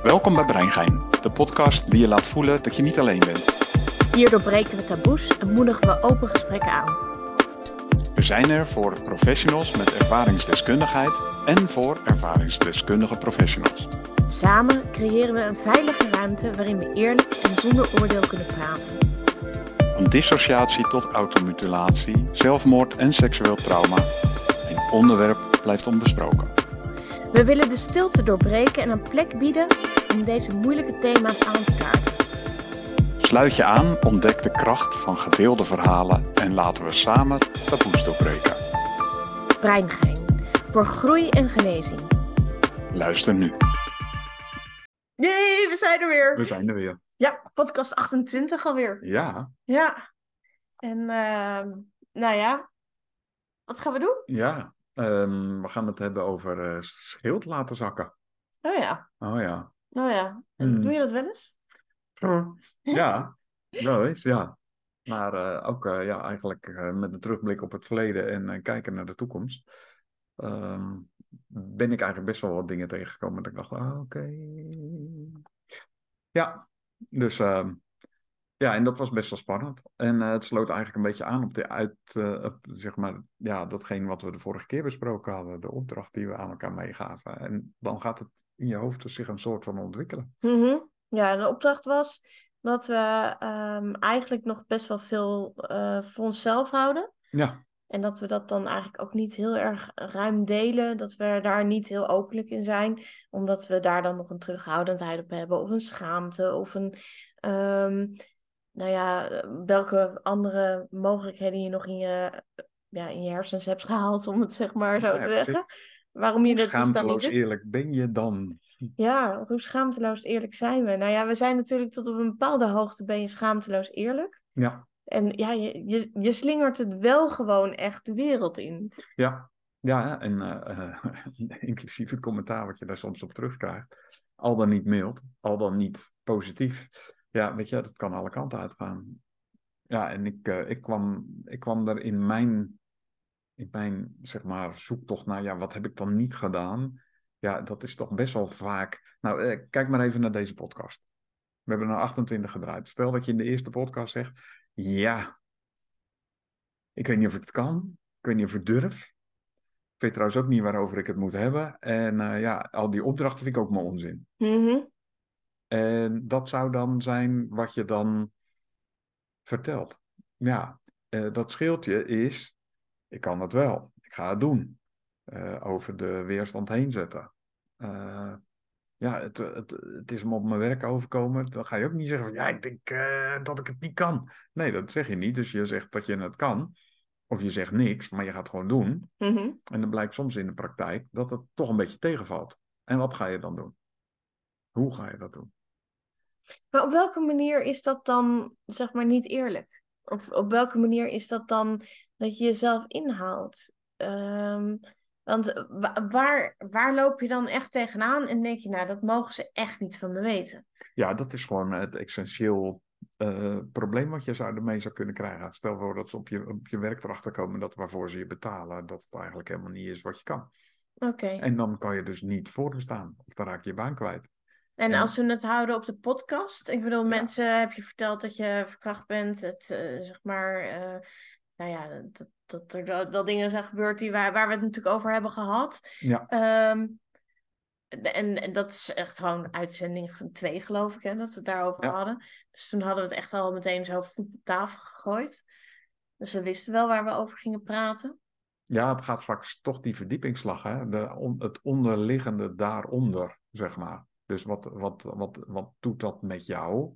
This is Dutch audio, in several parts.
Welkom bij Breingein, de podcast die je laat voelen dat je niet alleen bent. Hier doorbreken we taboes en moedigen we open gesprekken aan. We zijn er voor professionals met ervaringsdeskundigheid en voor ervaringsdeskundige professionals. Samen creëren we een veilige ruimte waarin we eerlijk en zonder oordeel kunnen praten. Van dissociatie tot automutilatie, zelfmoord en seksueel trauma. Geen onderwerp blijft onbesproken. We willen de stilte doorbreken en een plek bieden om deze moeilijke thema's aan te kaarten. Sluit je aan, ontdek de kracht van gedeelde verhalen en laten we samen taboes doorbreken. Breingein, voor groei en genezing. Luister nu. Jee, we zijn er weer. We zijn er weer. Ja, podcast 28 alweer. Ja, Ja. En nou ja, wat gaan we doen? ja. We gaan het hebben over schild laten zakken. Oh ja, Oh ja. nou ja. En doe je dat wel eens? Ja, wel eens, ja. Maar ook ja, eigenlijk met een terugblik op het verleden en kijken naar de toekomst. Ben ik eigenlijk best wel wat dingen tegengekomen. Dat ik dacht, oké. Ja, dus ja, en dat was best wel spannend. En het sloot eigenlijk een beetje aan op zeg maar, ja, datgene wat we de vorige keer besproken hadden. De opdracht die we aan elkaar meegaven. En dan gaat het in je hoofd zich een soort van ontwikkelen. Mm-hmm. Ja, de opdracht was dat we eigenlijk nog best wel veel voor onszelf houden. Ja, En dat we dat dan eigenlijk ook niet heel erg ruim delen. Dat we daar niet heel openlijk in zijn. Omdat we daar dan nog een terughoudendheid op hebben. Of een schaamte. Of een... nou ja, welke andere mogelijkheden je nog in je hersens hebt gehaald. Om het zeg maar zo te zeggen. Waarom je dat dus dan niet schaamteloos doet. eerlijk ben je dan? Ja, hoe schaamteloos eerlijk zijn we? Nou ja, we zijn natuurlijk tot op een bepaalde hoogte ben je schaamteloos eerlijk. Ja, En ja, je slingert het wel gewoon echt de wereld in. ja. Ja, en inclusief het commentaar wat je daar soms op terugkrijgt. Al dan niet mild, al dan niet positief. Ja, weet je, dat kan alle kanten uitgaan. Ja, en ik kwam er in mijn zeg maar, zoektocht naar, ja, wat heb ik dan niet gedaan? Ja, dat is toch best wel vaak. Nou, kijk maar even naar deze podcast. We hebben er 28 gedraaid. Stel dat je in de eerste podcast zegt, ja, ik weet niet of ik het kan. Ik weet niet of ik durf. Ik weet trouwens ook niet waarover ik het moet hebben. En ja, al die opdrachten vind ik ook maar onzin. Mm-hmm. En dat zou dan zijn wat je dan vertelt. Ja, dat schildje is, ik kan het wel. Ik ga het doen. Over de weerstand heen zetten. Ja, het is me op mijn werk overkomen. Dan ga je ook niet zeggen van, ja, ik denk dat ik het niet kan. Nee, dat zeg je niet. Dus je zegt dat je het kan. Of je zegt niks, maar je gaat het gewoon doen. Mm-hmm. En dan blijkt soms in de praktijk dat het toch een beetje tegenvalt. En wat ga je dan doen? Hoe ga je dat doen? Maar op welke manier is dat dan, zeg maar, niet eerlijk? Of op welke manier is dat dan dat je jezelf inhaalt? Want waar loop je dan echt tegenaan en denk je, nou, dat mogen ze echt niet van me weten? Ja, dat is gewoon het essentieel probleem wat je ermee zou kunnen krijgen. Stel voor dat ze op je werk erachter komen dat waarvoor ze je betalen, dat het eigenlijk helemaal niet is wat je kan. Oké. En dan kan je dus niet voor hem staan. Of dan raak je je baan kwijt. En als we het houden op de podcast, ik bedoel, mensen heb je verteld dat je verkracht bent, het zeg maar, nou ja, dat er wel dingen zijn gebeurd waar we het natuurlijk over hebben gehad. Ja. En dat is echt gewoon uitzending 2, geloof ik, hè, dat we het daarover hadden. Dus toen hadden we het echt al meteen zo voet op tafel gegooid. Dus we wisten wel waar we over gingen praten. Ja, het gaat vaak toch die verdiepingsslag, hè? Het onderliggende daaronder, zeg maar. Dus wat doet dat met jou?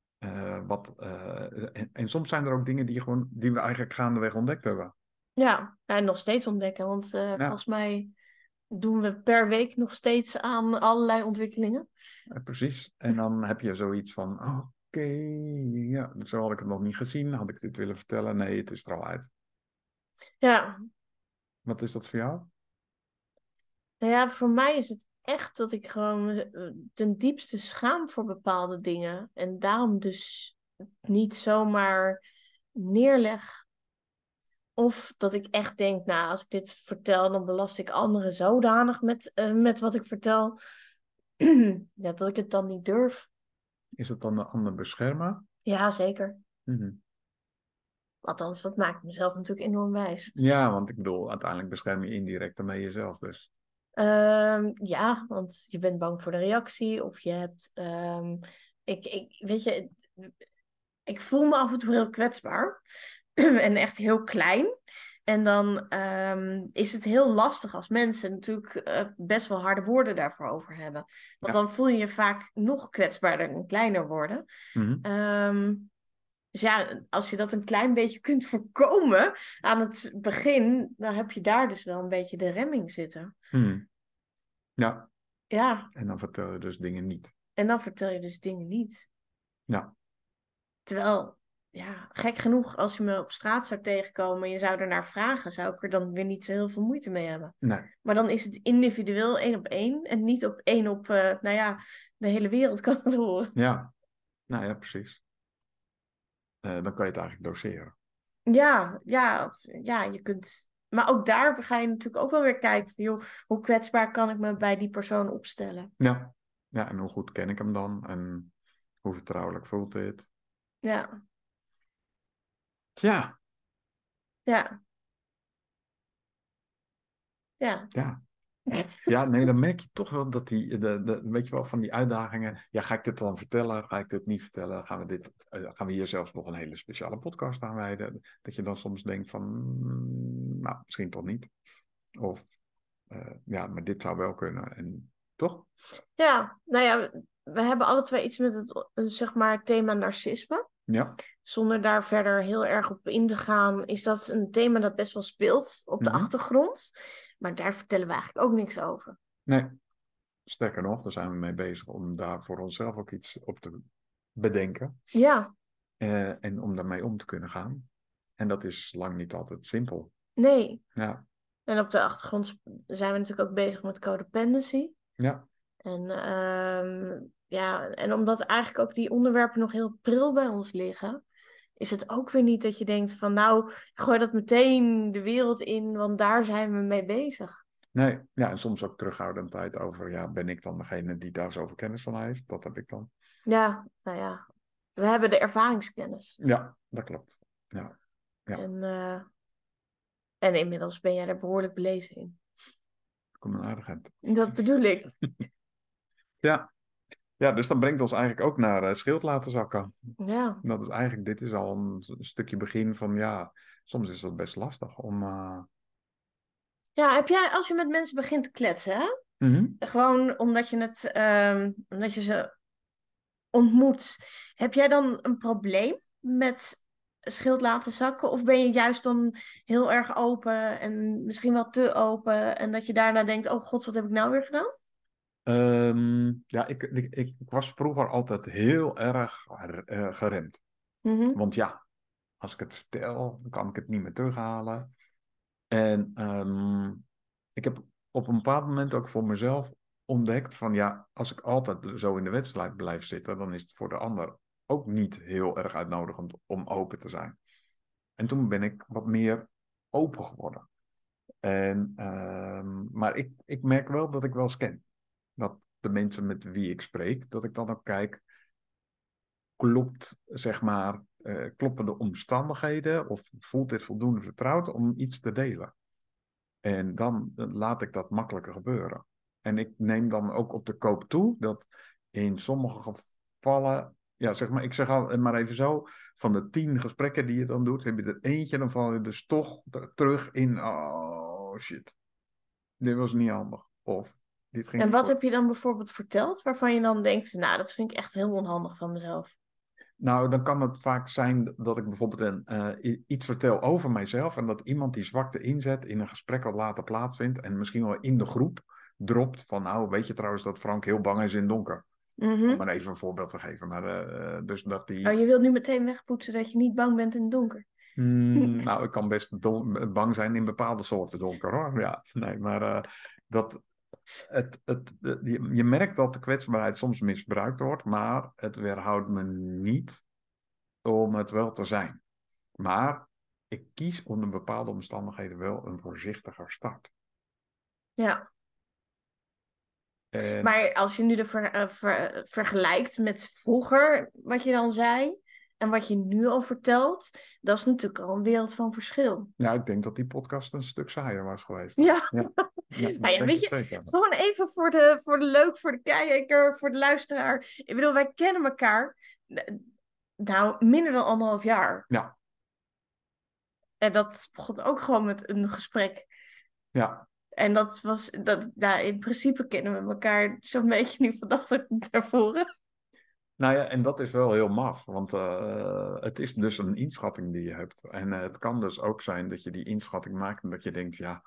En soms zijn er ook dingen die we eigenlijk gaandeweg ontdekt hebben. Ja, en nog steeds ontdekken, want volgens mij doen we per week nog steeds aan allerlei ontwikkelingen. Precies. En dan heb je zoiets van, oké, ja, zo had ik het nog niet gezien. Had ik dit willen vertellen? Nee, het is er al uit. Ja, Wat is dat voor jou? nou ja, voor mij is het echt dat ik gewoon ten diepste schaam voor bepaalde dingen. En daarom dus niet zomaar neerleg. Of dat ik echt denk, nou, als ik dit vertel, dan belast ik anderen zodanig met wat ik vertel. Ja, dat ik het dan niet durf. Is het dan de ander beschermen? Ja, zeker. Mhm. Althans, dat maakt mezelf natuurlijk enorm wijs. Ja, want ik bedoel, uiteindelijk bescherm je indirect daarmee jezelf dus. Ja, want je bent bang voor de reactie. Of je hebt... weet je, ik voel me af en toe heel kwetsbaar. En echt heel klein. En dan is het heel lastig als mensen natuurlijk best wel harde woorden daarvoor over hebben. Want Ja. dan voel je je vaak nog kwetsbaarder en kleiner worden. Mhm. Ehm, dus ja, als je dat een klein beetje kunt voorkomen aan het begin, dan heb je daar dus wel een beetje de remming zitten. Mhm. Ja, Ja, en dan vertel je dus dingen niet. en dan vertel je dus dingen niet. Ja, Terwijl, ja, gek genoeg, als je me op straat zou tegenkomen en je zou ernaar vragen, zou ik er dan weer niet zo heel veel moeite mee hebben. nee. Maar dan is het individueel één op één en niet op één op, nou ja, de hele wereld kan het horen. Ja, nou ja, precies. Dan kan je het eigenlijk doseren. Ja, je kunt. Maar ook daar ga je natuurlijk ook wel weer kijken van, joh, hoe kwetsbaar kan ik me bij die persoon opstellen? Ja. Ja, en hoe goed ken ik hem dan? En hoe vertrouwelijk voelt dit? Ja, Tja, ja, ja. ja. Ja, nee, dan merk je toch wel dat weet je wel, van die uitdagingen. Ja, ga ik dit dan vertellen? Ga ik dit niet vertellen? Gaan we hier zelfs nog een hele speciale podcast aan wijden? Dat je dan soms denkt van, nou, misschien toch niet. Of, ja, maar dit zou wel kunnen. En toch? Ja, nou ja, we hebben alle twee iets met het, zeg maar, thema narcisme. Ja. Zonder daar verder heel erg op in te gaan, is dat een thema dat best wel speelt op de Mhm. achtergrond. Maar daar vertellen we eigenlijk ook niks over. Nee, sterker nog, daar zijn we mee bezig om daar voor onszelf ook iets op te bedenken. Ja, En om daarmee om te kunnen gaan. En dat is lang niet altijd simpel. nee. Ja, En op de achtergrond zijn we natuurlijk ook bezig met codependency. ja, En ja, en omdat eigenlijk ook die onderwerpen nog heel pril bij ons liggen, is het ook weer niet dat je denkt van nou, ik gooi dat meteen de wereld in, want daar zijn we mee bezig. nee. Ja, en soms ook terughoudendheid over, ja, ben ik dan degene die daar zoveel kennis van heeft? Dat heb ik dan. Ja, nou ja, we hebben de ervaringskennis. Ja, dat klopt. Ja, ja, En, en inmiddels ben jij er behoorlijk belezen in. kom een aardigheid. Dat bedoel ik. Ja. Ja, dus dat brengt ons eigenlijk ook naar schild laten zakken. Ja. Dat is eigenlijk, dit is al een stukje begin van, ja, soms is dat best lastig om... Ja, heb jij, als je met mensen begint te kletsen, hè? Mhm. Gewoon omdat je ze ontmoet, heb jij dan een probleem met schild laten zakken? Of ben je juist dan heel erg open en misschien wel te open en dat je daarna denkt, oh god, wat heb ik nou weer gedaan? Ja, ik was vroeger altijd heel erg geremd. Mhm. Want ja, als ik het vertel, dan kan ik het niet meer terughalen. En ik heb op een bepaald moment ook voor mezelf ontdekt van ja, als ik altijd zo in de wedstrijd blijf zitten, dan is het voor de ander ook niet heel erg uitnodigend om open te zijn. En toen ben ik wat meer open geworden. Maar ik merk wel dat ik wel eens ken. Dat de mensen met wie ik spreek, dat ik dan ook kijk, klopt, zeg maar, kloppen de omstandigheden of voelt dit voldoende vertrouwd om iets te delen? En dan laat ik dat makkelijker gebeuren. En ik neem dan ook op de koop toe dat in sommige gevallen, ja, zeg maar, ik zeg al maar even zo, van de 10 gesprekken die je dan doet, heb je er eentje, dan val je dus toch terug in, oh shit, dit was niet handig. Of dit ging En niet wat goed. heb je dan bijvoorbeeld verteld waarvan je dan denkt, van, nou, dat vind ik echt heel onhandig van mezelf? Nou, dan kan het vaak zijn dat ik bijvoorbeeld iets vertel over mijzelf en dat iemand die zwakte inzet in een gesprek wat later plaatsvindt en misschien wel in de groep dropt van, nou, weet je trouwens dat Frank heel bang is in het donker? Om Mhm. maar even een voorbeeld te geven. Maar dus dat Oh, die... je wilt nu meteen wegpoetsen dat je niet bang bent in het donker. Nou, ik kan best bang zijn in bepaalde soorten donker, hoor. Ja, nee, maar dat... je merkt dat de kwetsbaarheid soms misbruikt wordt, maar het weerhoudt me niet om het wel te zijn. Maar ik kies onder bepaalde omstandigheden wel een voorzichtiger start. Ja, Maar als je nu de vergelijkt met vroeger, wat je dan zei, en wat je nu al vertelt, dat is natuurlijk al een wereld van verschil. Ja, ik denk dat die podcast een stuk saaier was geweest. Ja, Ja, nou dat ja, denk weet ik je, zeker. gewoon even voor de leuk, voor de kijker, voor de luisteraar. Ik bedoel, wij kennen elkaar, nou, minder dan 1,5 jaar. Ja, En dat begon ook gewoon met een gesprek. ja. En nou, in principe kennen we elkaar zo'n beetje nu vandaag naar voren. Nou ja, en dat is wel heel maf, want het is dus een inschatting die je hebt. En het kan dus ook zijn dat je die inschatting maakt en dat je denkt, ja,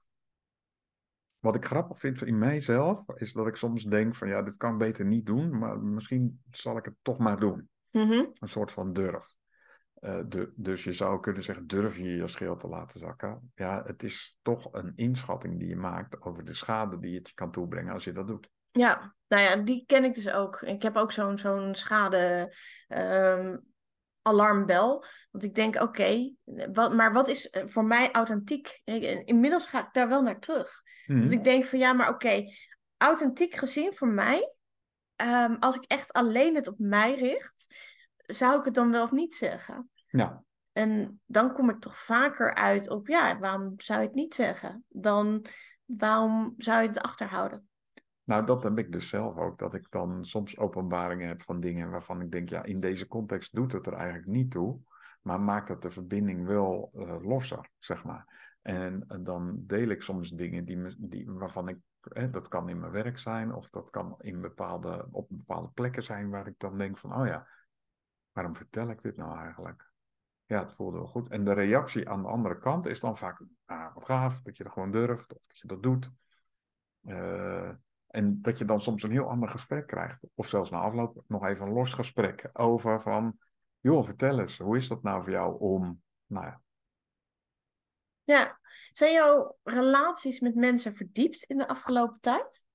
wat ik grappig vind in mijzelf, is dat ik soms denk van, ja, dit kan ik beter niet doen, maar misschien zal ik het toch maar doen. Mhm. Een soort van durf. Dus je zou kunnen zeggen, durf je je schild te laten zakken? Ja, het is toch een inschatting die je maakt over de schade die het je kan toebrengen als je dat doet. Ja, nou ja, die ken ik dus ook. Ik heb ook zo'n schade ehm, alarmbel. Want ik denk, oké, maar wat is voor mij authentiek? Inmiddels ga ik daar wel naar terug. Dat Mhm. ik denk van ja, maar oké, authentiek gezien voor mij, als ik echt alleen het op mij richt, zou ik het dan wel of niet zeggen? Ja. En dan kom ik toch vaker uit op, ja, waarom zou je het niet zeggen? Dan waarom zou je het achterhouden? Nou, dat heb ik dus zelf ook. Dat ik dan soms openbaringen heb van dingen waarvan ik denk, ja, in deze context doet het er eigenlijk niet toe. Maar maakt het de verbinding wel losser, zeg maar. En dan deel ik soms dingen waarvan ik, dat kan in mijn werk zijn, of dat kan op bepaalde plekken zijn waar ik dan denk van, oh ja, waarom vertel ik dit nou eigenlijk? Ja, het voelde wel goed. En de reactie aan de andere kant is dan vaak, ah, wat gaaf, dat je dat gewoon durft, of dat je dat doet. Eh, en dat je dan soms een heel ander gesprek krijgt. Of zelfs na afloop nog even een los gesprek over van... joh, vertel eens, hoe is dat nou voor jou om... Nou ja, Ja, zijn jouw relaties met mensen verdiept in de afgelopen tijd?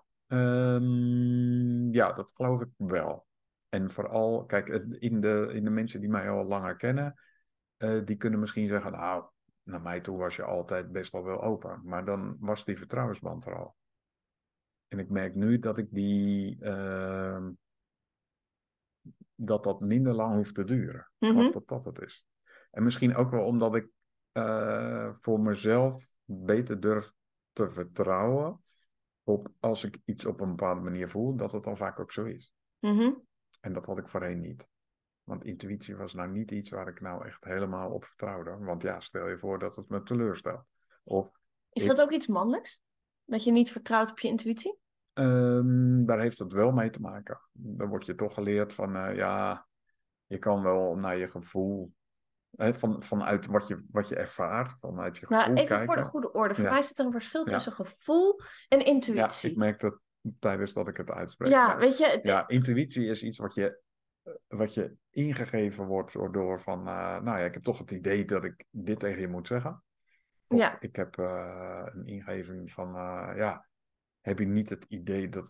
ja, dat geloof ik wel. En vooral, kijk, in de mensen die mij al langer kennen... die kunnen misschien zeggen, nou, naar mij toe was je altijd best wel wel open. Maar dan was die vertrouwensband er al. En ik merk nu dat ik dat minder lang hoeft te duren. Ik geloof Mhm, dat dat het is. En misschien ook wel omdat ik voor mezelf beter durf te vertrouwen op als ik iets op een bepaalde manier voel, dat het dan vaak ook zo is. mhm. En dat had ik voorheen niet. Want intuïtie was nou niet iets waar ik nou echt helemaal op vertrouwde. Want ja, stel je voor dat het me teleurstelt. Of Is ik, dat ook iets mannelijks? Dat je niet vertrouwt op je intuïtie? daar heeft het wel mee te maken. Dan word je toch geleerd van, ja, je kan wel naar je gevoel vanuit wat je ervaart, vanuit je Nou, gevoel even voor de kijken. goede orde. Voor mij Ja, zit er een verschil tussen ja, gevoel en ja, ik intuïtie. merk dat tijdens dat ik het uitspreek. Ja, Ja, weet je, ja, intuïtie is iets wat je ingegeven wordt door van, nou ja, ik heb toch het idee dat ik dit tegen je moet zeggen. Of ja, ik heb een ingeving van, ja, heb je niet het idee dat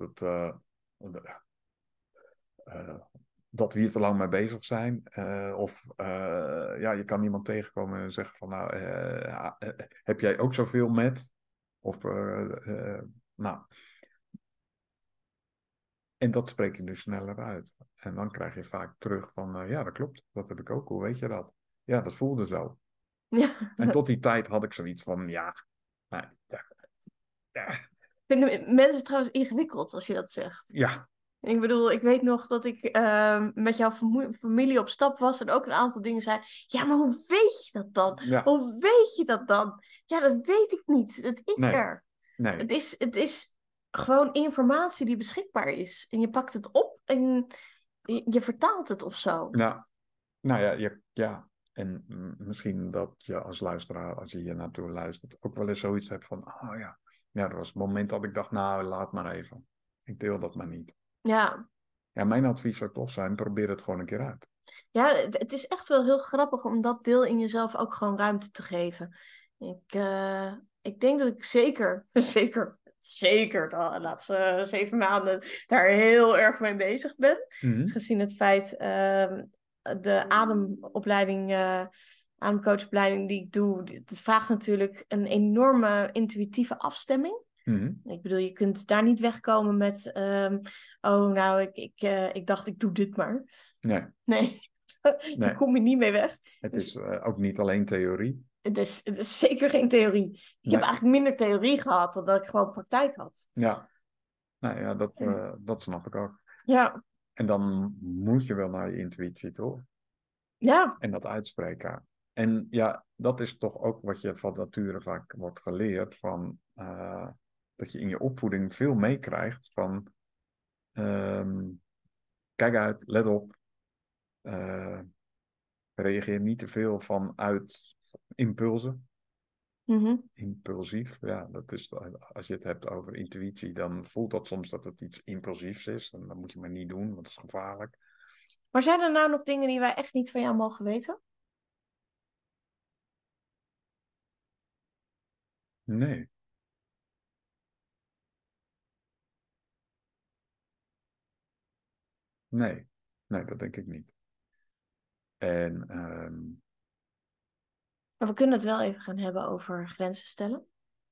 eh, dat we hier te lang mee bezig zijn. Ja, je kan iemand tegenkomen en zeggen van, nou, heb jij ook zoveel met? Of, nou, en dat spreek je dus sneller uit. En dan krijg je vaak terug van, ja, dat klopt, dat heb ik ook. Hoe weet je dat? Ja, dat voelde zo. ja. En tot die tijd had ik zoiets van, ja, nou, ja, ja, Vinden mensen trouwens ingewikkeld als je dat zegt? ja, Ik bedoel, ik weet nog dat ik met jouw familie op stap was en ook een aantal dingen zei. Ja, maar hoe weet je dat dan? ja, Hoe weet je dat dan? Ja, dat weet ik niet. Het is nee, er. nee, Het is gewoon informatie die beschikbaar is. En je pakt het op en je vertaalt het of zo. ja. Nou ja, ja. En misschien dat je als luisteraar, als je hier naartoe luistert, ook wel eens zoiets hebt van, oh ja. Ja, dat was het moment dat ik dacht, nou, laat maar even. Ik deel dat maar niet. Ja, Ja, mijn advies zou toch zijn, probeer het gewoon een keer uit. ja, het is echt wel heel grappig om dat deel in jezelf ook gewoon ruimte te geven. Ik denk dat ik zeker, zeker de laatste 7 maanden daar heel erg mee bezig ben. Mhm. Gezien het feit, de ademopleiding, ademcoachopleiding die ik doe, het vraagt natuurlijk een enorme intuïtieve afstemming. Mhm. Ik bedoel, je kunt daar niet wegkomen met... oh, nou, ik dacht, ik doe dit maar. Nee, Nee, daar nee. kom je niet mee weg. Het Dus is ook niet alleen theorie. het is zeker geen theorie. Ik heb Nee, eigenlijk minder theorie gehad dan dat ik gewoon praktijk had. ja. Nou ja, dat snap ik ook. Ja, En dan moet je wel naar je intuïtie, toch? ja. En dat uitspreken. En ja, dat is toch ook wat je van nature vaak wordt geleerd. Dat je in je opvoeding veel meekrijgt van... ehm, kijk uit, let op. eh, reageer niet te veel vanuit impulsen. Mhm. Impulsief, ja, dat is, als je het hebt over intuïtie, dan voelt dat soms dat het iets impulsiefs is. En dat moet je maar niet doen, want het is gevaarlijk. Maar zijn er nou nog dingen die wij echt niet van jou mogen weten? Nee, nee, nee, dat denk ik niet. En Maar we kunnen het wel even gaan hebben over grenzen stellen.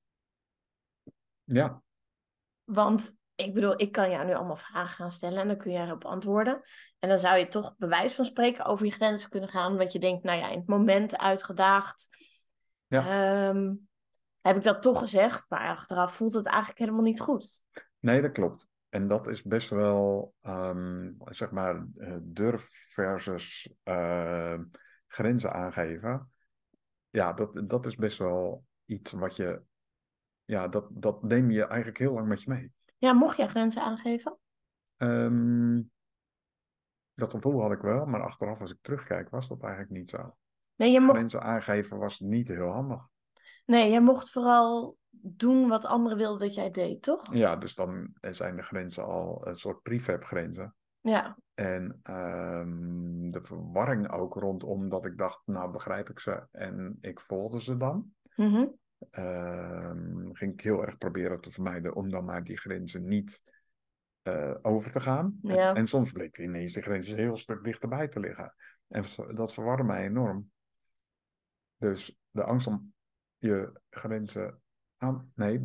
ja, Want ik bedoel, ik kan jou nu allemaal vragen gaan stellen en dan kun jij erop antwoorden. En dan zou je toch bij wijze van spreken over je grenzen kunnen gaan. Want je denkt, nou ja, in het moment uitgedaagd ja, ehm, heb ik dat toch gezegd. Maar achteraf voelt het eigenlijk helemaal niet goed. nee, dat klopt. En dat is best wel, zeg maar, durf versus grenzen aangeven. Ja, dat is best wel iets wat je, ja, dat neem je eigenlijk heel lang met je mee. Ja, mocht jij grenzen aangeven? Ehm, dat gevoel had ik wel, maar achteraf als ik terugkijk was dat eigenlijk niet zo. Nee, je mocht, Grenzen aangeven was niet heel handig. nee, je mocht vooral doen wat anderen wilden dat jij deed, toch? Ja, dus dan zijn de grenzen al een soort prefab-grenzen. Ja. En de verwarring ook rondom dat ik dacht, nou begrijp ik ze en ik volgde ze dan. Mhm. Ging ik heel erg proberen te vermijden om dan maar die grenzen niet over te gaan. Ja. En soms bleek ineens die grenzen heel stuk dichterbij te liggen. En dat verwarde mij enorm. Dus de angst om je grenzen aan. Nee,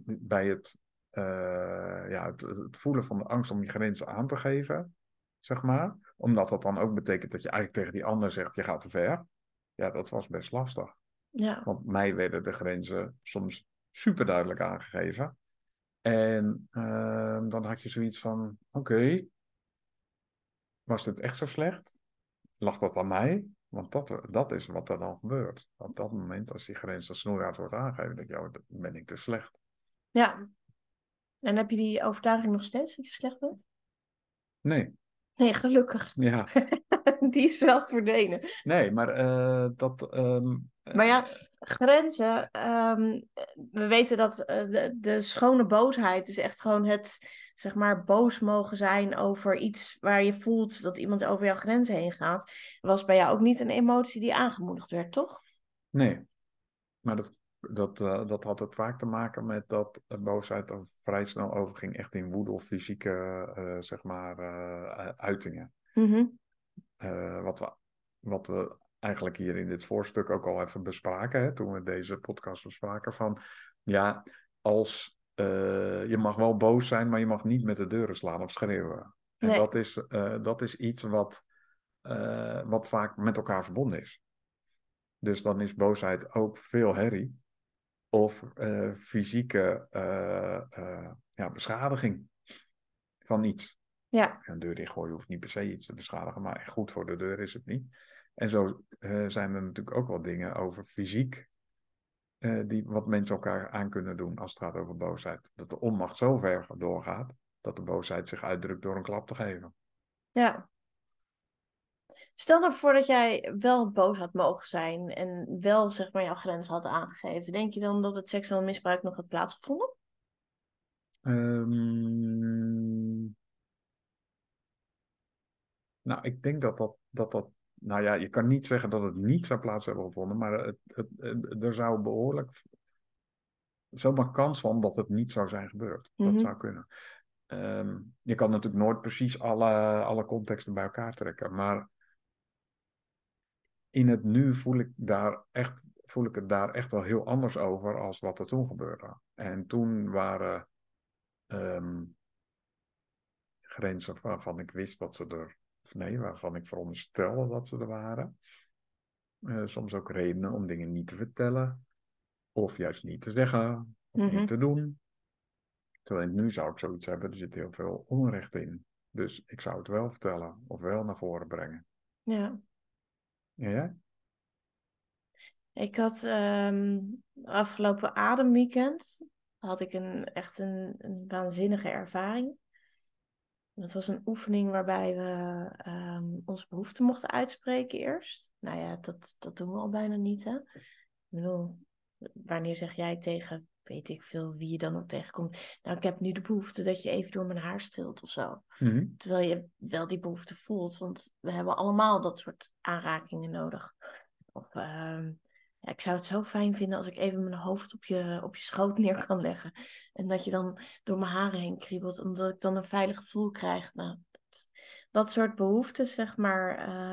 het voelen van de angst om je grenzen aan te geven, zeg maar. Omdat dat dan ook betekent dat je eigenlijk tegen die ander zegt: je gaat te ver. Ja, dat was best lastig. Ja. Want mij werden de grenzen soms super duidelijk aangegeven. En dan had je zoiets van: oké, was dit echt zo slecht? Lag dat aan mij? Want dat is wat er dan gebeurt. Op dat moment, als die grens als snoeihard wordt aangegeven, denk je, oh, dan ben ik dus slecht. Ja. En heb je die overtuiging nog steeds dat je slecht bent? Nee, Nee, gelukkig. ja. Die is wel verdwenen. Nee, maar Maar ja, grenzen. We weten dat de schone boosheid, dus echt gewoon het, zeg maar, boos mogen zijn over iets waar je voelt dat iemand over jouw grenzen heen gaat, was bij jou ook niet een emotie die aangemoedigd werd, toch? nee, maar dat had ook vaak te maken met dat boosheid er vrij snel overging echt in woede of fysieke, zeg maar, uitingen. Mhm. Wat we eigenlijk hier in dit voorstuk ook al even bespraken, hè, toen we deze podcast bespraken, van ja, je mag wel boos zijn, maar je mag niet met de deuren slaan of schreeuwen. En Nee, dat is iets wat vaak met elkaar verbonden is. Dus dan is boosheid ook veel herrie of fysieke ja, beschadiging van iets. ja, Een deur dichtgooien hoeft niet per se iets te beschadigen, maar echt goed voor de deur is het niet. En zo zijn er natuurlijk ook wel dingen over fysiek, wat mensen elkaar aan kunnen doen als het gaat over boosheid. Dat de onmacht zo ver doorgaat, dat de boosheid zich uitdrukt door een klap te geven. ja. Stel nou voor dat jij wel boos had mogen zijn en wel, zeg maar, jouw grens had aangegeven. Denk je dan dat het seksueel misbruik nog had plaatsgevonden? Ehm, nou, ik denk dat. Nou ja, je kan niet zeggen dat het niet zou plaats hebben gevonden, maar er zou behoorlijk zomaar kans van dat het niet zou zijn gebeurd. Dat Mhm. zou kunnen. Je kan natuurlijk nooit precies alle contexten bij elkaar trekken. Maar in het nu voel ik het daar echt wel heel anders over als wat er toen gebeurde. En toen waren grenzen waarvan ik wist dat ze er, of nee, waarvan ik veronderstelde dat ze er waren. Soms ook redenen om dingen niet te vertellen, of juist niet te zeggen, of niet te doen. Terwijl nu zou ik zoiets hebben, er zit heel veel onrecht in. Dus ik zou het wel vertellen, of wel naar voren brengen. Ja. Ja, jij? Ik had afgelopen ademweekend had ik echt een waanzinnige ervaring. Dat was een oefening waarbij we onze behoeften mochten uitspreken eerst. Nou ja, dat doen we al bijna niet, hè? Ik bedoel, wanneer zeg jij tegen, weet ik veel, wie je dan ook tegenkomt. Nou, ik heb nu de behoefte dat je even door mijn haar streelt of zo. Mm-hmm. Terwijl je wel die behoefte voelt, want we hebben allemaal dat soort aanrakingen nodig. Of ja, ik zou het zo fijn vinden als ik even mijn hoofd op je schoot neer kan leggen. En dat je dan door mijn haren heen kriebelt, omdat ik dan een veilig gevoel krijg. Nou, dat soort behoeftes, zeg maar,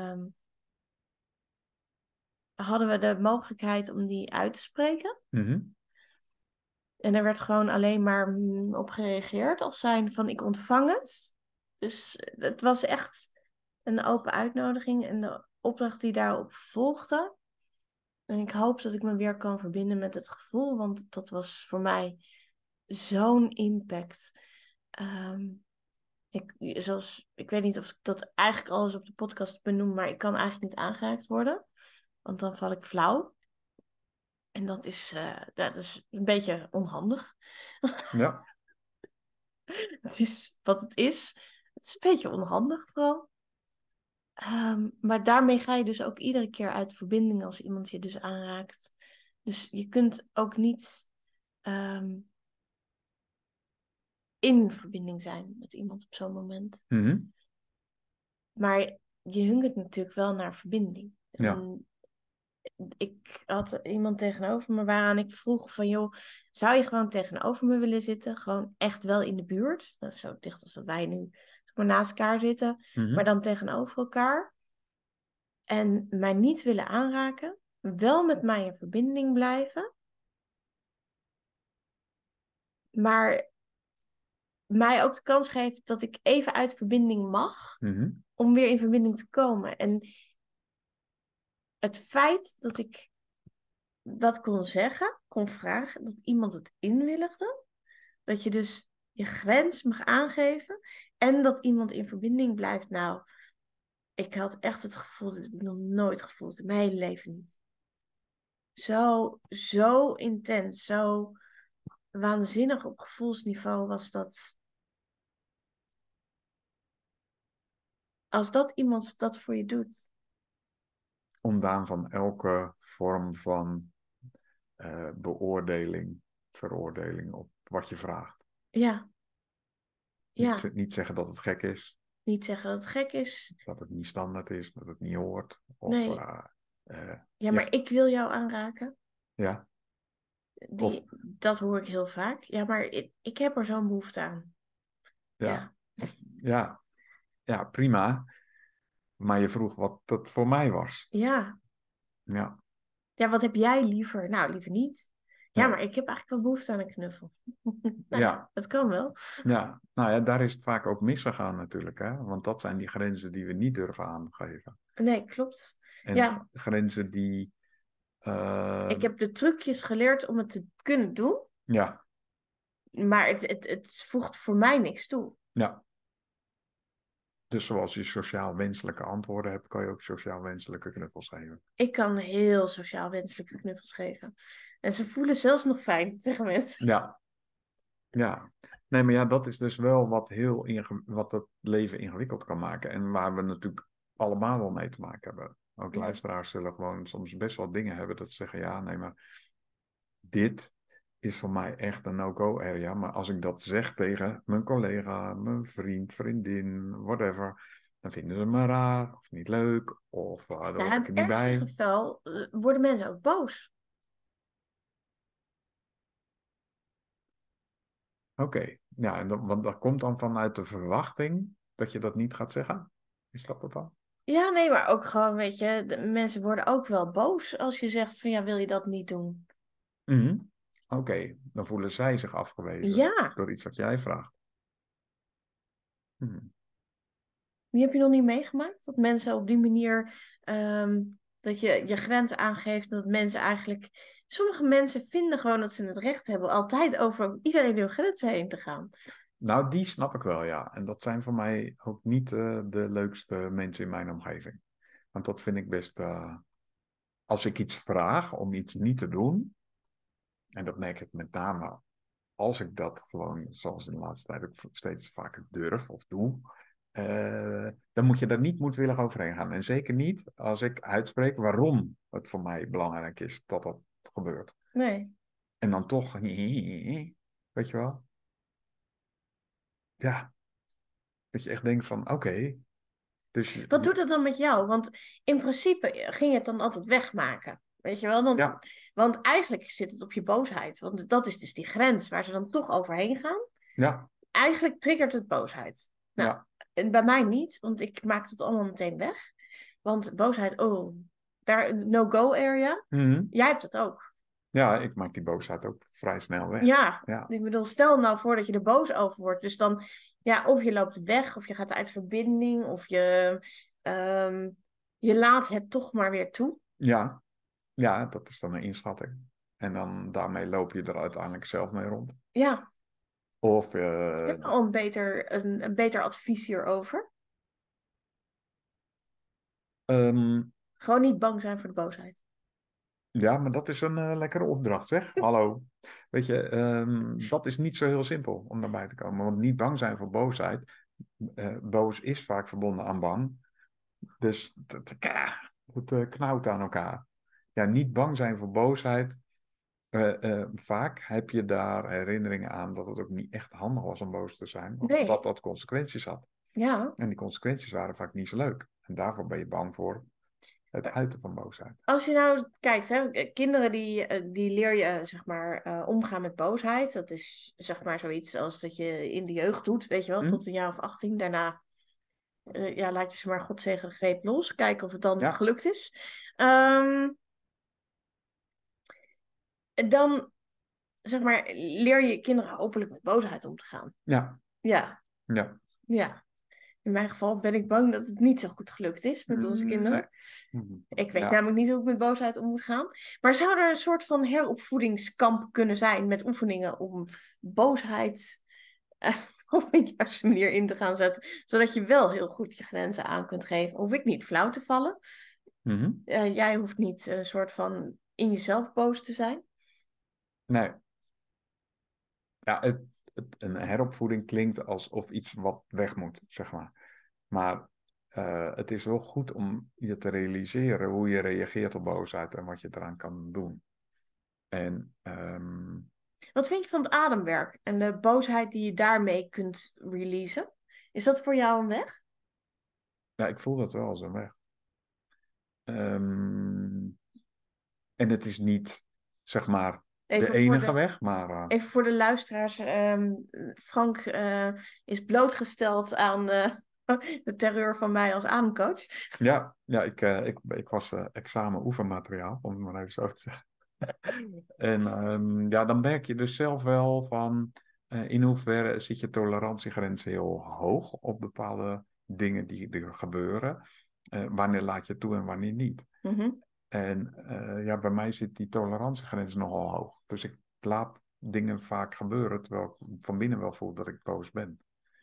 hadden we de mogelijkheid om die uit te spreken. Mm-hmm. En er werd gewoon alleen maar op gereageerd als zijn van ik ontvang het. Dus het was echt een open uitnodiging en de opdracht die daarop volgde. En ik hoop dat ik me weer kan verbinden met het gevoel, want dat was voor mij zo'n impact. Ik weet niet of ik dat eigenlijk alles op de podcast benoem, maar ik kan eigenlijk niet aangeraakt worden, want dan val ik flauw. En dat is een beetje onhandig. Ja. Het is wat het is. Het is een beetje onhandig vooral. Maar daarmee ga je dus ook iedere keer uit verbinding als iemand je dus aanraakt. Dus je kunt ook niet in verbinding zijn met iemand op zo'n moment. Mm-hmm. Maar je hungert natuurlijk wel naar verbinding. Ja. En ik had iemand tegenover me waaraan ik vroeg van joh, zou je gewoon tegenover me willen zitten? Gewoon echt wel in de buurt. Dat is zo dicht als dat wij nu zeg maar, naast elkaar zitten. Mm-hmm. Maar dan tegenover elkaar. En mij niet willen aanraken. Wel met mij in verbinding blijven. Maar mij ook de kans geven dat ik even uit verbinding mag. Mm-hmm. Om weer in verbinding te komen. En het feit dat ik dat kon zeggen, kon vragen, dat iemand het inwilligde. Dat je dus je grens mag aangeven. En dat iemand in verbinding blijft. Nou, ik had echt het gevoel, dat heb ik nog nooit gevoeld. In mijn hele leven niet. Zo intens, zo waanzinnig op gevoelsniveau was dat. Als dat iemand dat voor je doet. Ontdaan van elke vorm van beoordeling, veroordeling op wat je vraagt. Ja, ja. Niet zeggen dat het gek is. Niet zeggen dat het gek is. Dat het niet standaard is, dat het niet hoort. Of, Nee. Ja, maar ja, ik wil jou aanraken. ja. Of, Dat hoor ik heel vaak. Ja, maar ik heb er zo'n behoefte aan. ja, ja, ja, prima. Maar je vroeg wat dat voor mij was. Ja. Ja, Ja, wat heb jij liever? Nou, liever niet. Ja, nee. maar ik heb eigenlijk wel behoefte aan een knuffel. Nou, Ja, dat kan wel. ja. Nou ja, daar is het vaak ook misgegaan natuurlijk. Hè? Want dat zijn die grenzen die we niet durven aangeven. Nee, klopt. En Ja, grenzen die... ik heb de trucjes geleerd om het te kunnen doen. ja, Maar het voegt voor mij niks toe. ja. Dus zoals je sociaal wenselijke antwoorden hebt, kan je ook sociaal wenselijke knuffels geven. Ik kan heel sociaal wenselijke knuffels geven. En ze voelen zelfs nog fijn, zeggen mensen. Ja, ja. Nee, maar ja, dat is dus wel wat het leven ingewikkeld kan maken. En waar we natuurlijk allemaal wel mee te maken hebben. Ook Ja. luisteraars zullen gewoon soms best wel dingen hebben dat ze zeggen, ja, nee, maar dit is voor mij echt een no-go area. Maar als ik dat zeg tegen mijn collega, mijn vriend, vriendin, whatever, dan vinden ze me raar of niet leuk of daar Nou, hoor in ik er het niet ergste bij. geval worden mensen ook boos. Oké, ja, want dat komt dan vanuit de verwachting dat je dat niet gaat zeggen? Is dat het dan? Ja, nee, maar ook gewoon, weet je, de mensen worden ook wel boos als je zegt van ja, wil je dat niet doen? Mhm. Oké, dan voelen zij zich afgewezen Ja, door iets wat jij vraagt. Mhm. die heb je nog niet meegemaakt? Dat mensen op die manier, ehm, dat je je grenzen aangeeft, dat mensen eigenlijk, sommige mensen vinden gewoon dat ze het recht hebben altijd over iedereen hun grenzen heen te gaan. Nou, die snap ik wel, ja. En dat zijn voor mij ook niet de leukste mensen in mijn omgeving. Want dat vind ik best. Als ik iets vraag om iets niet te doen, en dat merk ik met name als ik dat gewoon, zoals in de laatste tijd ook steeds vaker durf of doe, dan moet je daar niet moedwillig overheen gaan. En zeker niet als ik uitspreek waarom het voor mij belangrijk is dat dat gebeurt. Nee. En dan toch, weet je wel? Ja, dat je echt denkt van, oké, dus Wat doet het dan met jou? Want in principe ging je het dan altijd wegmaken. Weet je wel? ja, Want eigenlijk zit het op je boosheid. Want dat is dus die grens waar ze dan toch overheen gaan. ja, Eigenlijk triggert het boosheid. Nou, ja. en bij mij niet, want ik maak het allemaal meteen weg. Want boosheid, oh, daar, no-go area. Mhm. Jij hebt het ook. Ja, ik maak die boosheid ook vrij snel weg. Ja, Ja, ik bedoel, stel nou voor dat je er boos over wordt. Dus dan, ja, of je loopt weg, of je gaat uit verbinding, of ehm, je laat het toch maar weer toe. ja, ja, dat is dan een inschatting. En dan daarmee loop je er uiteindelijk zelf mee rond. Ja, Of je hebt al een beter advies hierover. ehm, Gewoon niet bang zijn voor de boosheid. ja, maar dat is een lekkere opdracht, zeg. Hallo. Weet je, dat is niet zo heel simpel om daarbij te komen. Want niet bang zijn voor boosheid. Boos is vaak verbonden aan bang. Dus het knauwt aan elkaar. Ja, niet bang zijn voor boosheid. Vaak heb je daar herinneringen aan dat het ook niet echt handig was om boos te zijn. Omdat Nee, dat consequenties had. ja. En die consequenties waren vaak niet zo leuk. En daarvoor ben je bang voor het uiten van boosheid. Als je nou kijkt, hè, kinderen die leer je zeg maar omgaan met boosheid. Dat is zeg maar zoiets als dat je in de jeugd doet, weet je wel, Hm? tot een jaar of 18. Daarna ja, laat je ze maar God zegen de greep los. Kijken of het dan Ja, gelukt is. Ehm, dan zeg maar leer je kinderen hopelijk met boosheid om te gaan. ja, Ja, ja. ja. In mijn geval ben ik bang dat het niet zo goed gelukt is met onze Nee. kinderen. Mhm. Ik weet Ja. namelijk niet hoe ik met boosheid om moet gaan. Maar zou er een soort van heropvoedingskamp kunnen zijn met oefeningen om boosheid op een juiste manier in te gaan zetten, zodat je wel heel goed je grenzen aan kunt geven? Hoef ik niet flauw te vallen. Mhm. Jij hoeft niet een soort van in jezelf boos te zijn. Nee. Ja, een heropvoeding klinkt alsof iets wat weg moet, zeg maar. Maar het is wel goed om je te realiseren hoe je reageert op boosheid en wat je eraan kan doen. En Wat vind je van het ademwerk en de boosheid die je daarmee kunt releasen? Is dat voor jou een weg? ja, ik voel dat wel als een weg. Ehm, en het is niet, zeg maar, de Even voor enige de, weg, maar even voor de luisteraars. Frank is blootgesteld aan de terreur van mij als ademcoach. ja, ik was examen oefenmateriaal, om het maar even zo te zeggen. En ja, dan merk je dus zelf wel van in hoeverre zit je tolerantiegrens heel hoog op bepaalde dingen die er gebeuren. Wanneer laat je toe en wanneer niet. Mhm. En ja, bij mij zit die tolerantiegrens nogal hoog. Dus ik laat dingen vaak gebeuren, terwijl ik van binnen wel voel dat ik boos ben.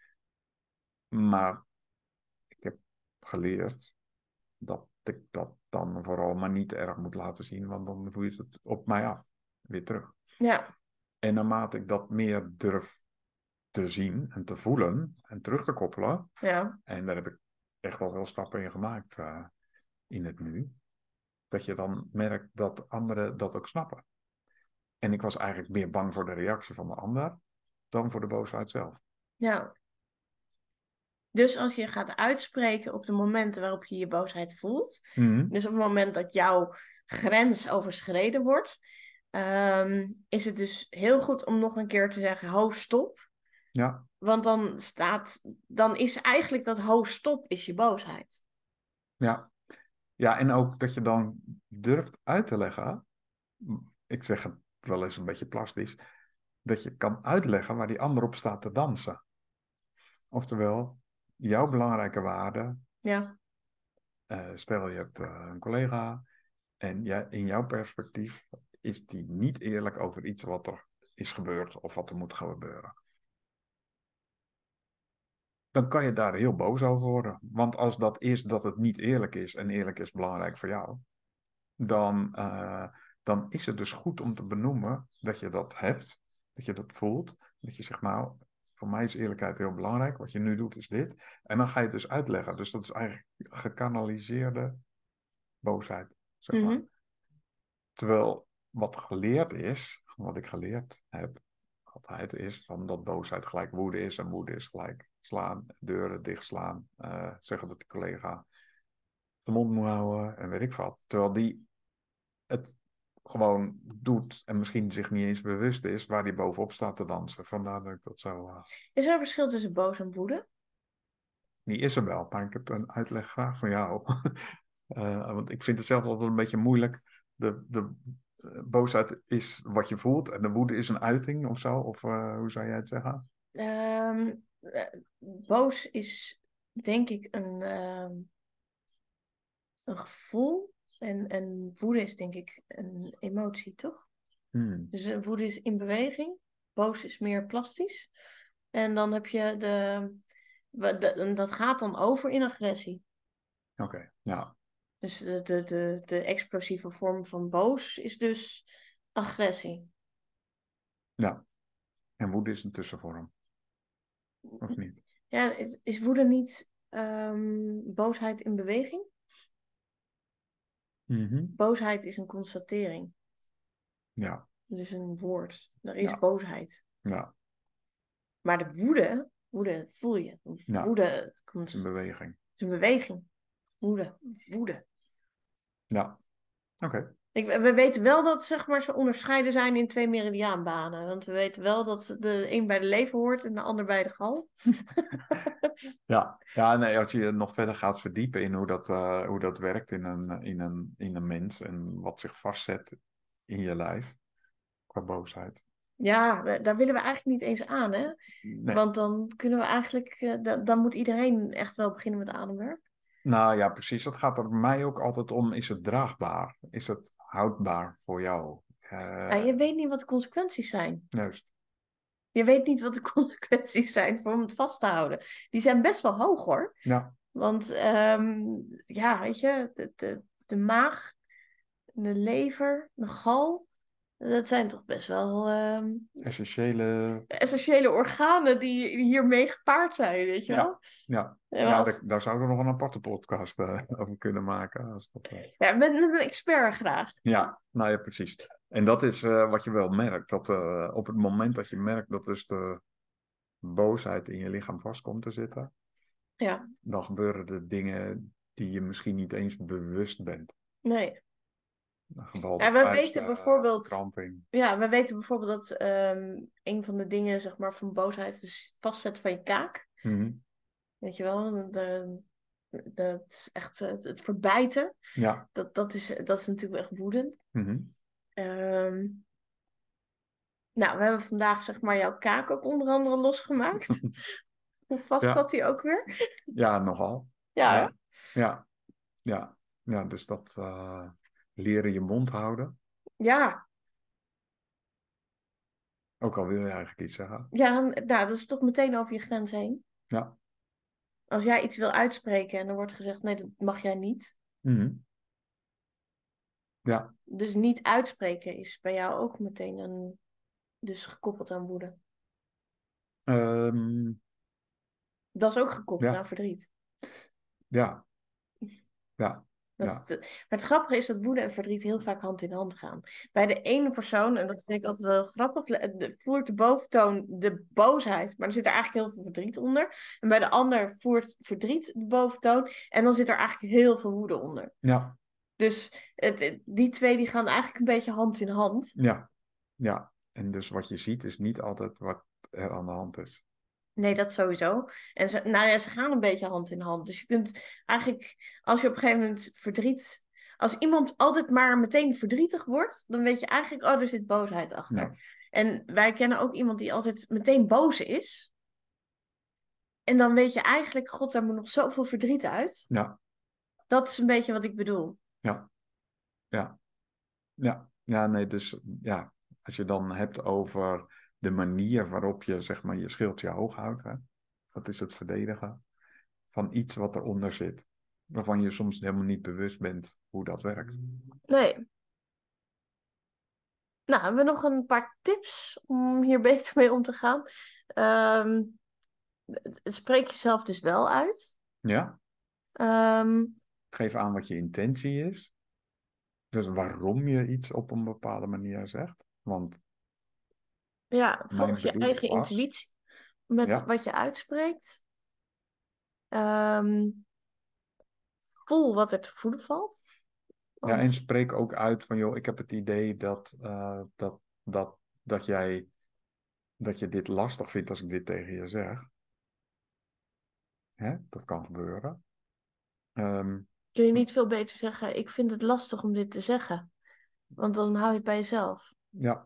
Maar ik heb geleerd dat ik dat dan vooral maar niet erg moet laten zien, want dan voel je het op mij af, weer terug. Ja, En naarmate ik dat meer durf te zien en te voelen en terug te koppelen, ja, en daar heb ik echt al wel stappen in gemaakt in het nu, dat je dan merkt dat anderen dat ook snappen. En ik was eigenlijk meer bang voor de reactie van de ander dan voor de boosheid zelf. ja. Dus als je gaat uitspreken op de momenten waarop je je boosheid voelt, Mhm. dus op het moment dat jouw grens overschreden wordt, is het dus heel goed om nog een keer te zeggen: ho, stop. Ja, Want dan is eigenlijk dat ho, stop is je boosheid. Ja. Ja, en ook dat je dan durft uit te leggen. Ik zeg het wel eens een beetje plastisch. Dat je kan uitleggen waar die ander op staat te dansen. Oftewel, jouw belangrijke waarde. Ja. Stel je hebt een collega. En in jouw perspectief is die niet eerlijk over iets wat er is gebeurd of wat er moet gebeuren. Dan kan je daar heel boos over worden. Want als dat is dat het niet eerlijk is en eerlijk is belangrijk voor jou, dan is het dus goed om te benoemen dat je dat hebt, dat je dat voelt, dat je zegt, nou, voor mij is eerlijkheid heel belangrijk, wat je nu doet is dit. En dan ga je het dus uitleggen. Dus dat is eigenlijk gekanaliseerde boosheid, zeg maar. Mhm. Terwijl wat geleerd is, wat ik geleerd heb, altijd is van dat boosheid gelijk woede is en woede is gelijk slaan, deuren dichtslaan, zeggen dat de collega de mond moet houden en weet ik wat. Terwijl die het gewoon doet en misschien zich niet eens bewust is waar die bovenop staat te dansen. Vandaar dat ik dat zo... Is er een verschil tussen boos en woede? die is er wel, maar ik heb een uitleg graag van jou. Want ik vind het zelf altijd een beetje moeilijk. De boosheid is wat je voelt en de woede is een uiting of zo. Of hoe zou jij het zeggen? Ehm, Boos is denk ik een gevoel. En woede is denk ik een emotie, toch? Hmm. Dus woede is in beweging. Boos is meer plastisch. En dan heb je en dat gaat dan over in agressie. Oké, ja. Dus de explosieve vorm van boos is dus agressie. Ja. En woede is een tussenvorm, of niet? Ja, is woede niet boosheid in beweging? Mhm. Boosheid is een constatering. Ja, Het is een woord. Er is ja, boosheid. ja, Maar de woede voel je. ja. Woede Het is een beweging. is een beweging. Woede. Ja, oké. We weten wel dat zeg maar, ze onderscheiden zijn in twee meridiaanbanen. Want we weten wel dat de een bij de lever hoort en de ander bij de gal. Ja, ja, nee, als je nog verder gaat verdiepen in hoe dat werkt in een mens en wat zich vastzet in je lijf qua boosheid. Ja, daar willen we eigenlijk niet eens aan, hè? Nee, Want dan kunnen we eigenlijk, dan moet iedereen echt wel beginnen met ademwerk. nou ja, precies. Dat gaat er bij mij ook altijd om. Is het draagbaar? Is het houdbaar voor jou? Ja, je weet niet wat de consequenties zijn. Juist. Je weet niet wat de consequenties zijn voor om het vast te houden. Die zijn best wel hoog, hoor. Ja, Want ja, weet je, de maag, de lever, de gal, dat zijn toch best wel essentiële. essentiële organen die hiermee gepaard zijn, weet je Ja, wel? ja. Ja, maar Ja, daar zouden we nog een aparte podcast over kunnen maken. Als dat, ja, met een expert graag. Ja, nou ja, precies. En dat is wat je wel merkt. Dat op het moment dat je merkt dat dus de boosheid in je lichaam vast komt te zitten, Ja, dan gebeuren er dingen die je misschien niet eens bewust bent. nee. Een gebalde Ja, verkramping. we weten bijvoorbeeld dat een van de dingen, zeg maar, van boosheid is vastzetten van je kaak. Mhm. Weet je wel, dat is echt het verbijten. Ja. Dat is natuurlijk echt woedend. Mhm. Ehm, nou, we hebben vandaag, zeg maar, jouw kaak ook onder andere losgemaakt. Hoe vast Ja. zat die ook weer? Ja, nogal. Ja, hè? Ja, ja, ja. Ja, dus dat leren je mond houden. Ja. Ook al wil je eigenlijk iets zeggen. Ja, nou, dat is toch meteen over je grens heen. Ja. Als jij iets wil uitspreken en er wordt gezegd, nee, dat mag jij niet. Mhm. Ja. Dus niet uitspreken is bij jou ook meteen dus gekoppeld aan woede. Ehm, Dat is ook gekoppeld aan ja, verdriet. ja, ja, ja. Maar het grappige is dat woede en verdriet heel vaak hand in hand gaan. Bij de ene persoon, en dat vind ik altijd wel grappig, voert de boventoon de boosheid, maar er zit er eigenlijk heel veel verdriet onder. En bij de ander voert verdriet de boventoon, en dan zit er eigenlijk heel veel woede onder. Ja, Dus die twee die gaan eigenlijk een beetje hand in hand. ja, ja. En dus wat je ziet is niet altijd wat er aan de hand is. Nee, dat sowieso. En nou ja, ze gaan een beetje hand in hand. Dus je kunt eigenlijk, als je op een gegeven moment verdriet... Als iemand altijd maar meteen verdrietig wordt, dan weet je eigenlijk, oh, er zit boosheid achter. Ja, En wij kennen ook iemand die altijd meteen boos is. En dan weet je eigenlijk, god, daar moet nog zoveel verdriet uit. ja, Dat is een beetje wat ik bedoel. ja, ja, ja. Ja, nee, dus ja, als je dan hebt over de manier waarop je, zeg maar, je schildje hoog houdt, hè? Dat is het verdedigen van iets wat eronder zit, waarvan je soms helemaal niet bewust bent hoe dat werkt. Nee. Nou, hebben we nog een paar tips om hier beter mee om te gaan? Ehm, Spreek jezelf dus wel uit. Ja, Ehm, geef aan wat je intentie is. Dus waarom je iets op een bepaalde manier zegt. Want ja, mijn volg je bedoeling eigen was, intuïtie met ja, wat je uitspreekt. Ehm, Voel wat er te voelen valt. ja, en Want spreek ook uit van, joh, ik heb het idee dat jij, dat je dit lastig vindt als ik dit tegen je zeg. Hè? Dat kan gebeuren. Ehm, kun je niet veel beter zeggen, ik vind het lastig om dit te zeggen. Want dan hou je het bij jezelf. ja,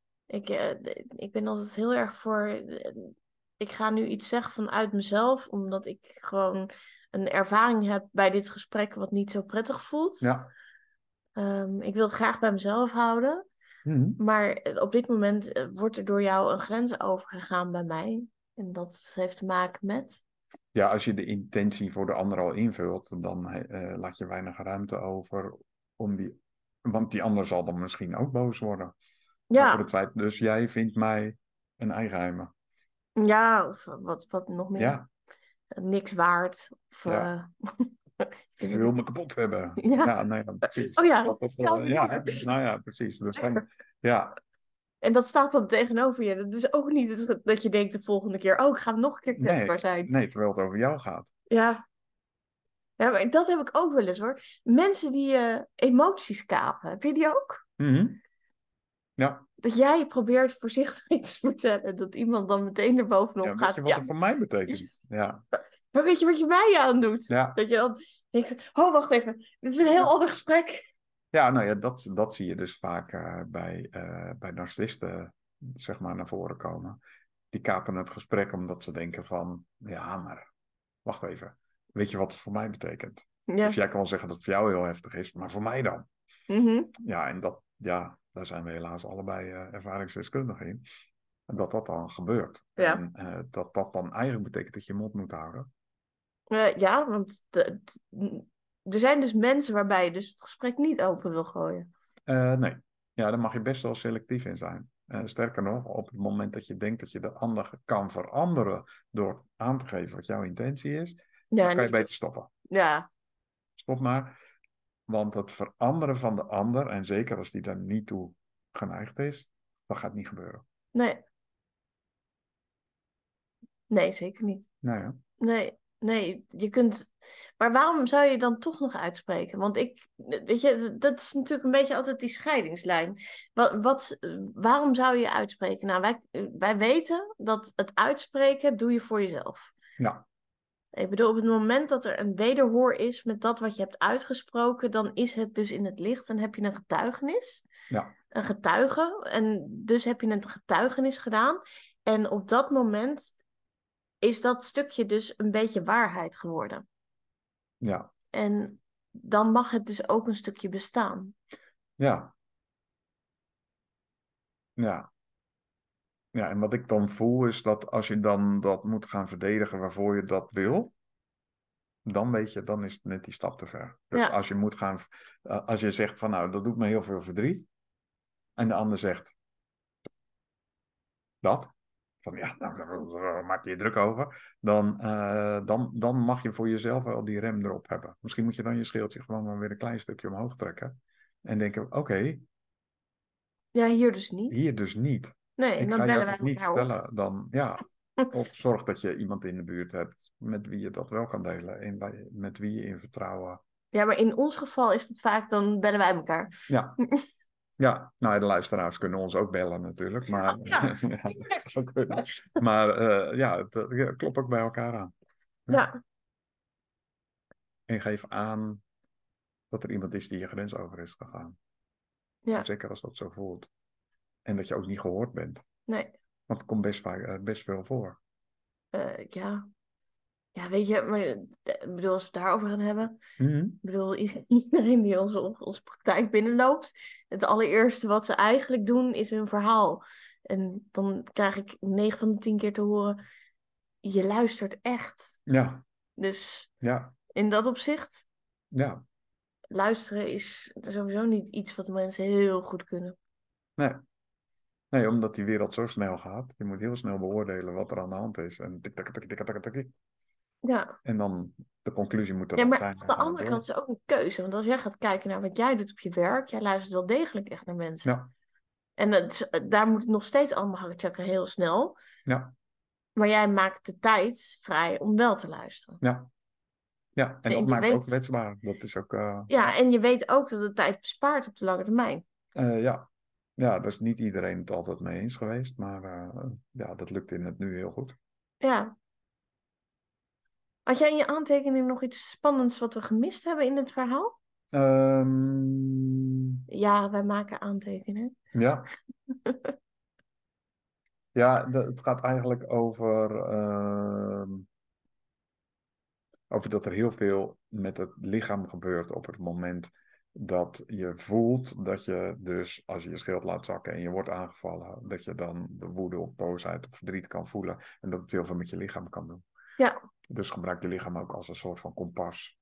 Ik ben altijd heel erg voor. Ik ga nu iets zeggen vanuit mezelf, omdat ik gewoon een ervaring heb bij dit gesprek wat niet zo prettig voelt. ja. Ik wil het graag bij mezelf houden, Mhm. maar op dit moment wordt er door jou een grens overgegaan bij mij. En dat heeft te maken met. Ja, als je de intentie voor de ander al invult, dan laat je weinig ruimte over om die. Want die ander zal dan misschien ook boos worden over Ja, het feit. Dus jij vindt mij een eigenheimer. ja, of wat nog meer. Ja, Niks waard. Of ja. ik Je vind wil het. me kapot hebben. Ja. Ja, nee, ja, precies. Oh ja, Dat, ja, hè? Nou ja, precies. Dus dan, ja, en dat staat dan tegenover je. Dat is ook niet dat je denkt de volgende keer, oh, ik ga nog een keer nee, kwetsbaar zijn. nee, terwijl het over jou gaat. Ja, ja, maar dat heb ik ook wel eens hoor. Mensen die emoties kapen, heb je die ook? Mhm. Ja. Dat jij probeert voorzichtig iets te vertellen, dat iemand dan meteen er bovenop Ja, weet je gaat. wat Ja, het voor mij betekent? Ja, maar weet je wat je mij aandoet? ja. Dat je dan denkt, oh, wacht even, dit is een heel ander gesprek. Ja, nou ja, dat zie je dus vaak bij narcisten, zeg maar, naar voren komen. Die kapen het gesprek omdat ze denken van, ja, maar wacht even. Weet je wat het voor mij betekent? Dus Ja, jij kan wel zeggen dat het voor jou heel heftig is, maar voor mij dan? mhm, Ja, en dat, ja, daar zijn we helaas allebei ervaringsdeskundigen in. En dat dat dan gebeurt. ja. En dat dat dan eigenlijk betekent dat je je mond moet houden. Ja, want er zijn dus mensen waarbij je dus het gesprek niet open wil gooien. Nee, ja, daar mag je best wel selectief in zijn. Sterker nog, op het moment dat je denkt dat je de ander kan veranderen door aan te geven wat jouw intentie is, dan Ja, kan je niet. beter stoppen. Ja, Stop maar, want het veranderen van de ander, en zeker als die daar niet toe geneigd is, dat gaat niet gebeuren. nee. Nee, zeker niet. Nou ja, Nee, nee, je kunt. Maar waarom zou je dan toch nog uitspreken? Want weet je, dat is natuurlijk een beetje altijd die scheidingslijn. Waarom zou je uitspreken? Nou, wij weten dat het uitspreken doe je voor jezelf. ja, Ik bedoel, op het moment dat er een wederhoor is met dat wat je hebt uitgesproken, dan is het dus in het licht en heb je een getuigenis. ja, Een getuige. En dus heb je een getuigenis gedaan. En op dat moment is dat stukje dus een beetje waarheid geworden. ja, En dan mag het dus ook een stukje bestaan. ja, ja. Ja, en wat ik dan voel is dat als je dan dat moet gaan verdedigen waarvoor je dat wil, dan weet je, dan is het net die stap te ver. Dus Ja, als je moet gaan, als je zegt van nou, dat doet me heel veel verdriet, en de ander zegt dat, van ja, nou, daar maak je je druk over, dan mag je voor jezelf wel die rem erop hebben. Misschien moet je dan je scheeltje gewoon maar weer een klein stukje omhoog trekken en denken, oké, ja, hier dus niet. hier dus niet. Nee, en Ik dan ga jou bellen wij dat niet elkaar op. vertellen, dan ja. Of zorg dat je iemand in de buurt hebt met wie je dat wel kan delen en met wie je in vertrouwen. Ja, maar in ons geval is het vaak, dan bellen wij elkaar. Ja, Ja, nou, de luisteraars kunnen ons ook bellen natuurlijk. Maar Ja, ja, dat zou kunnen. Maar het klopt ook bij elkaar aan. ja, En geef aan dat er iemand is die je grens over is gegaan. ja, Zeker als dat zo voelt. En dat je ook niet gehoord bent. nee, Want het komt best veel voor. ja. Ja, weet je, maar ik bedoel, als we het daarover gaan hebben. Mhm. Ik bedoel, iedereen die onze praktijk binnenloopt, het allereerste wat ze eigenlijk doen is hun verhaal. En dan krijg ik 9 van de 10 keer te horen, je luistert echt. Ja, Dus ja, in dat opzicht, ja. luisteren is sowieso niet iets wat mensen heel goed kunnen. Nee. Nee, omdat die wereld zo snel gaat. Je moet heel snel beoordelen wat er aan de hand is. En tik, tik, tik, tik, tik, tik, tik. Ja. En dan de conclusie moet er Ja, dan maar zijn. aan de andere kant is het ook een keuze. Want als jij gaat kijken naar wat jij doet op je werk, jij luistert wel degelijk echt naar mensen. Ja, En daar moet het nog steeds allemaal hakkechakken heel snel. ja, Maar jij maakt de tijd vrij om wel te luisteren. ja. Ja, en dat En je maakt ook weet, kwetsbaar. Dat is ook, ja, en je weet ook dat het tijd bespaart op de lange termijn. ja. Ja, daar is niet iedereen het altijd mee eens geweest. Maar ja, dat lukt in het nu heel goed. Ja. Had jij in je aantekening nog iets spannends wat we gemist hebben in het verhaal? Ehm, Ja, wij maken aantekeningen. ja, ja het gaat eigenlijk over dat er heel veel met het lichaam gebeurt op het moment dat je voelt dat je dus, als je je schild laat zakken en je wordt aangevallen, dat je dan de woede of boosheid of verdriet kan voelen en dat het heel veel met je lichaam kan doen. Ja, Dus gebruik je lichaam ook als een soort van kompas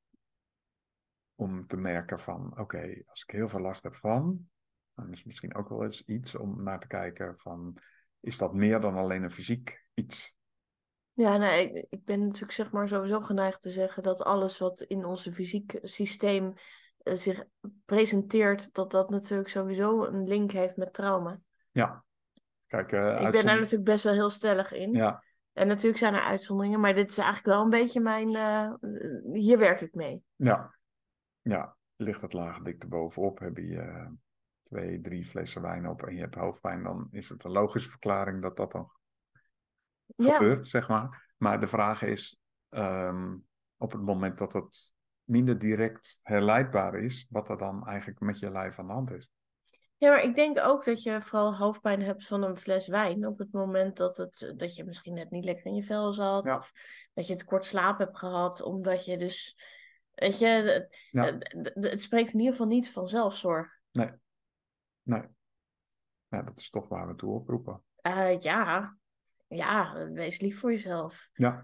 om te merken van, oké, als ik heel veel last heb van, dan is misschien ook wel eens iets om naar te kijken van, is dat meer dan alleen een fysiek iets? ja, nee, ik ben natuurlijk zeg maar sowieso geneigd te zeggen dat alles wat in ons fysiek systeem zich presenteert, dat dat natuurlijk sowieso een link heeft met trauma. Ja, kijk, Ik ben daar natuurlijk best wel heel stellig in. ja, En natuurlijk zijn er uitzonderingen, maar dit is eigenlijk wel een beetje mijn. Hier werk ik mee. ja, ja, ligt het laag dik erbovenop, heb je 2, 3 flessen wijn op en je hebt hoofdpijn, dan is het een logische verklaring dat dat dan Ja, gebeurt, zeg maar. Maar de vraag is, op het moment dat het minder direct herleidbaar is, wat er dan eigenlijk met je lijf aan de hand is. ja, maar ik denk ook dat je vooral hoofdpijn hebt van een fles wijn. Op het moment dat je misschien net niet lekker in je vel zat. Ja, Of dat je het kort slaap hebt gehad. Omdat je dus. Weet je, ja, het spreekt in ieder geval niet van zelfzorg. nee, nee. Ja, dat is toch waar we toe oproepen. Ja, ja, wees lief voor jezelf. Ja,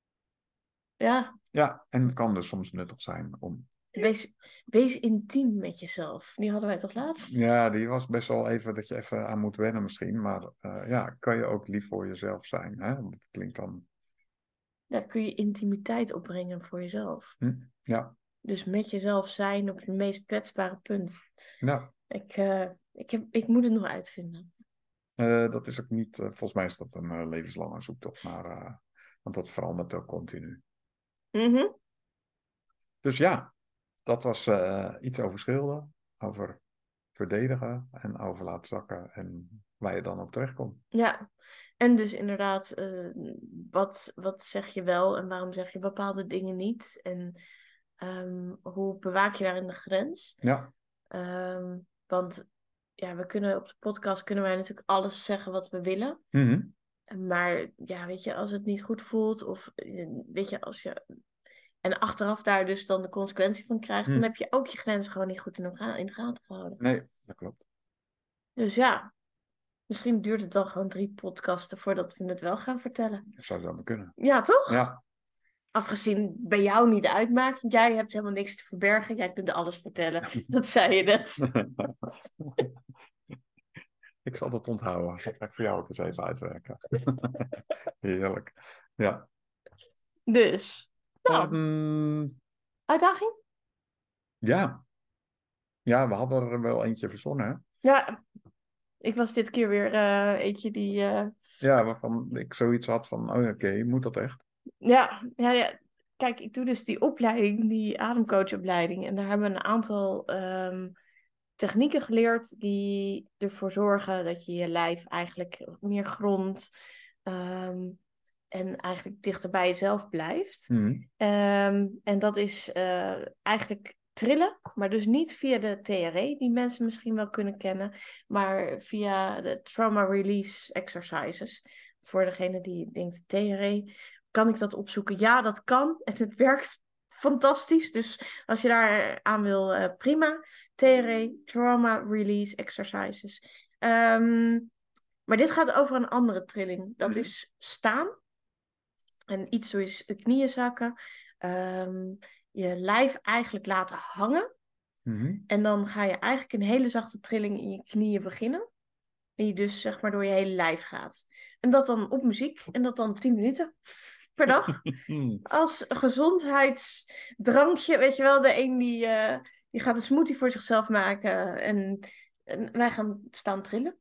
Ja, ja, en het kan dus soms nuttig zijn om. wees intiem met jezelf. Die hadden wij toch laatst? Ja, die was best wel even dat je even aan moet wennen misschien. Maar ja, kan je ook lief voor jezelf zijn. Hè? Dat klinkt dan. Daar kun je intimiteit opbrengen voor jezelf. Ja, Dus met jezelf zijn op je meest kwetsbare punt. ja. Ik moet het nog uitvinden. Dat is ook niet. Volgens mij is dat een levenslange zoektocht naar. Want dat verandert ook continu. Mhm. Dus ja, dat was iets over schilderen, over verdedigen en over laten zakken en waar je dan op terechtkomt. Ja, en dus inderdaad, wat zeg je wel en waarom zeg je bepaalde dingen niet? En hoe bewaak je daarin de grens? Ja, Want ja, we kunnen op de podcast kunnen wij natuurlijk alles zeggen wat we willen. mhm. Maar ja, weet je, als het niet goed voelt of weet je, als je en achteraf daar dus dan de consequentie van krijgt, dan heb je ook je grenzen gewoon niet goed in de gaten gehouden. Nee, dat klopt. Dus ja, misschien duurt het dan gewoon 3 podcasten voordat we het wel gaan vertellen. Dat zou zo kunnen. Ja, toch? Ja. Afgezien bij jou niet uitmaakt, want jij hebt helemaal niks te verbergen. Jij kunt alles vertellen. Dat zei je net. Ik zal dat onthouden. Dat ga ik voor jou ook eens even uitwerken. Heerlijk. Ja. Dus, nou, Ehm, uitdaging? ja. Ja, we hadden er wel eentje verzonnen, hè? Ja, ik was dit keer weer eentje die... Ja, waarvan ik zoiets had van, oh oké, moet dat echt? Ja. Kijk, ik doe dus die opleiding, die ademcoachopleiding. En daar hebben we een aantal technieken geleerd die ervoor zorgen dat je je lijf eigenlijk meer grondt. En eigenlijk dichter bij jezelf blijft. En dat is eigenlijk trillen, maar dus niet via de TRE, die mensen misschien wel kunnen kennen, maar via de Trauma Release Exercises. Voor degene die denkt, TRE, kan ik dat opzoeken? Ja, dat kan. En het werkt fantastisch. Dus als je daar aan wil, prima. TRE, Trauma Release Exercises. Maar dit gaat over een andere trilling. Dat is staan. En iets door je knieën zakken. Je lijf eigenlijk laten hangen. En dan ga je eigenlijk een hele zachte trilling in je knieën beginnen. En je dus zeg maar door je hele lijf gaat. En dat dan op muziek. En dat dan 10 minuten per dag. Als gezondheidsdrankje. Weet je wel, de een die gaat een smoothie voor zichzelf maken. En wij gaan staan trillen.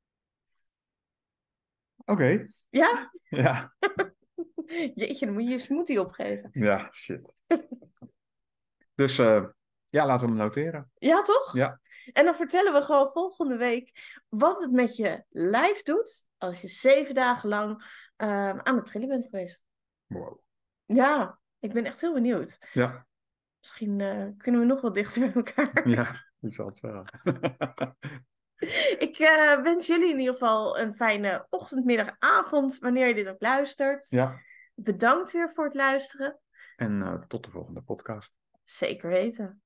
Oké. Ja? Ja. Jeetje, dan moet je je smoothie opgeven. Ja, shit. Dus laten we hem noteren. Ja, toch? Ja. En dan vertellen we gewoon volgende week wat het met je lijf doet als je 7 dagen lang aan het trillen bent geweest. Wow. Ja, ik ben echt heel benieuwd. Ja. Misschien kunnen we nog wat dichter bij elkaar. Ja, wie zal het zeggen. Ik wens jullie in ieder geval een fijne ochtend, middag, avond, wanneer je dit ook luistert. Ja. Bedankt weer voor het luisteren. En tot de volgende podcast. Zeker weten.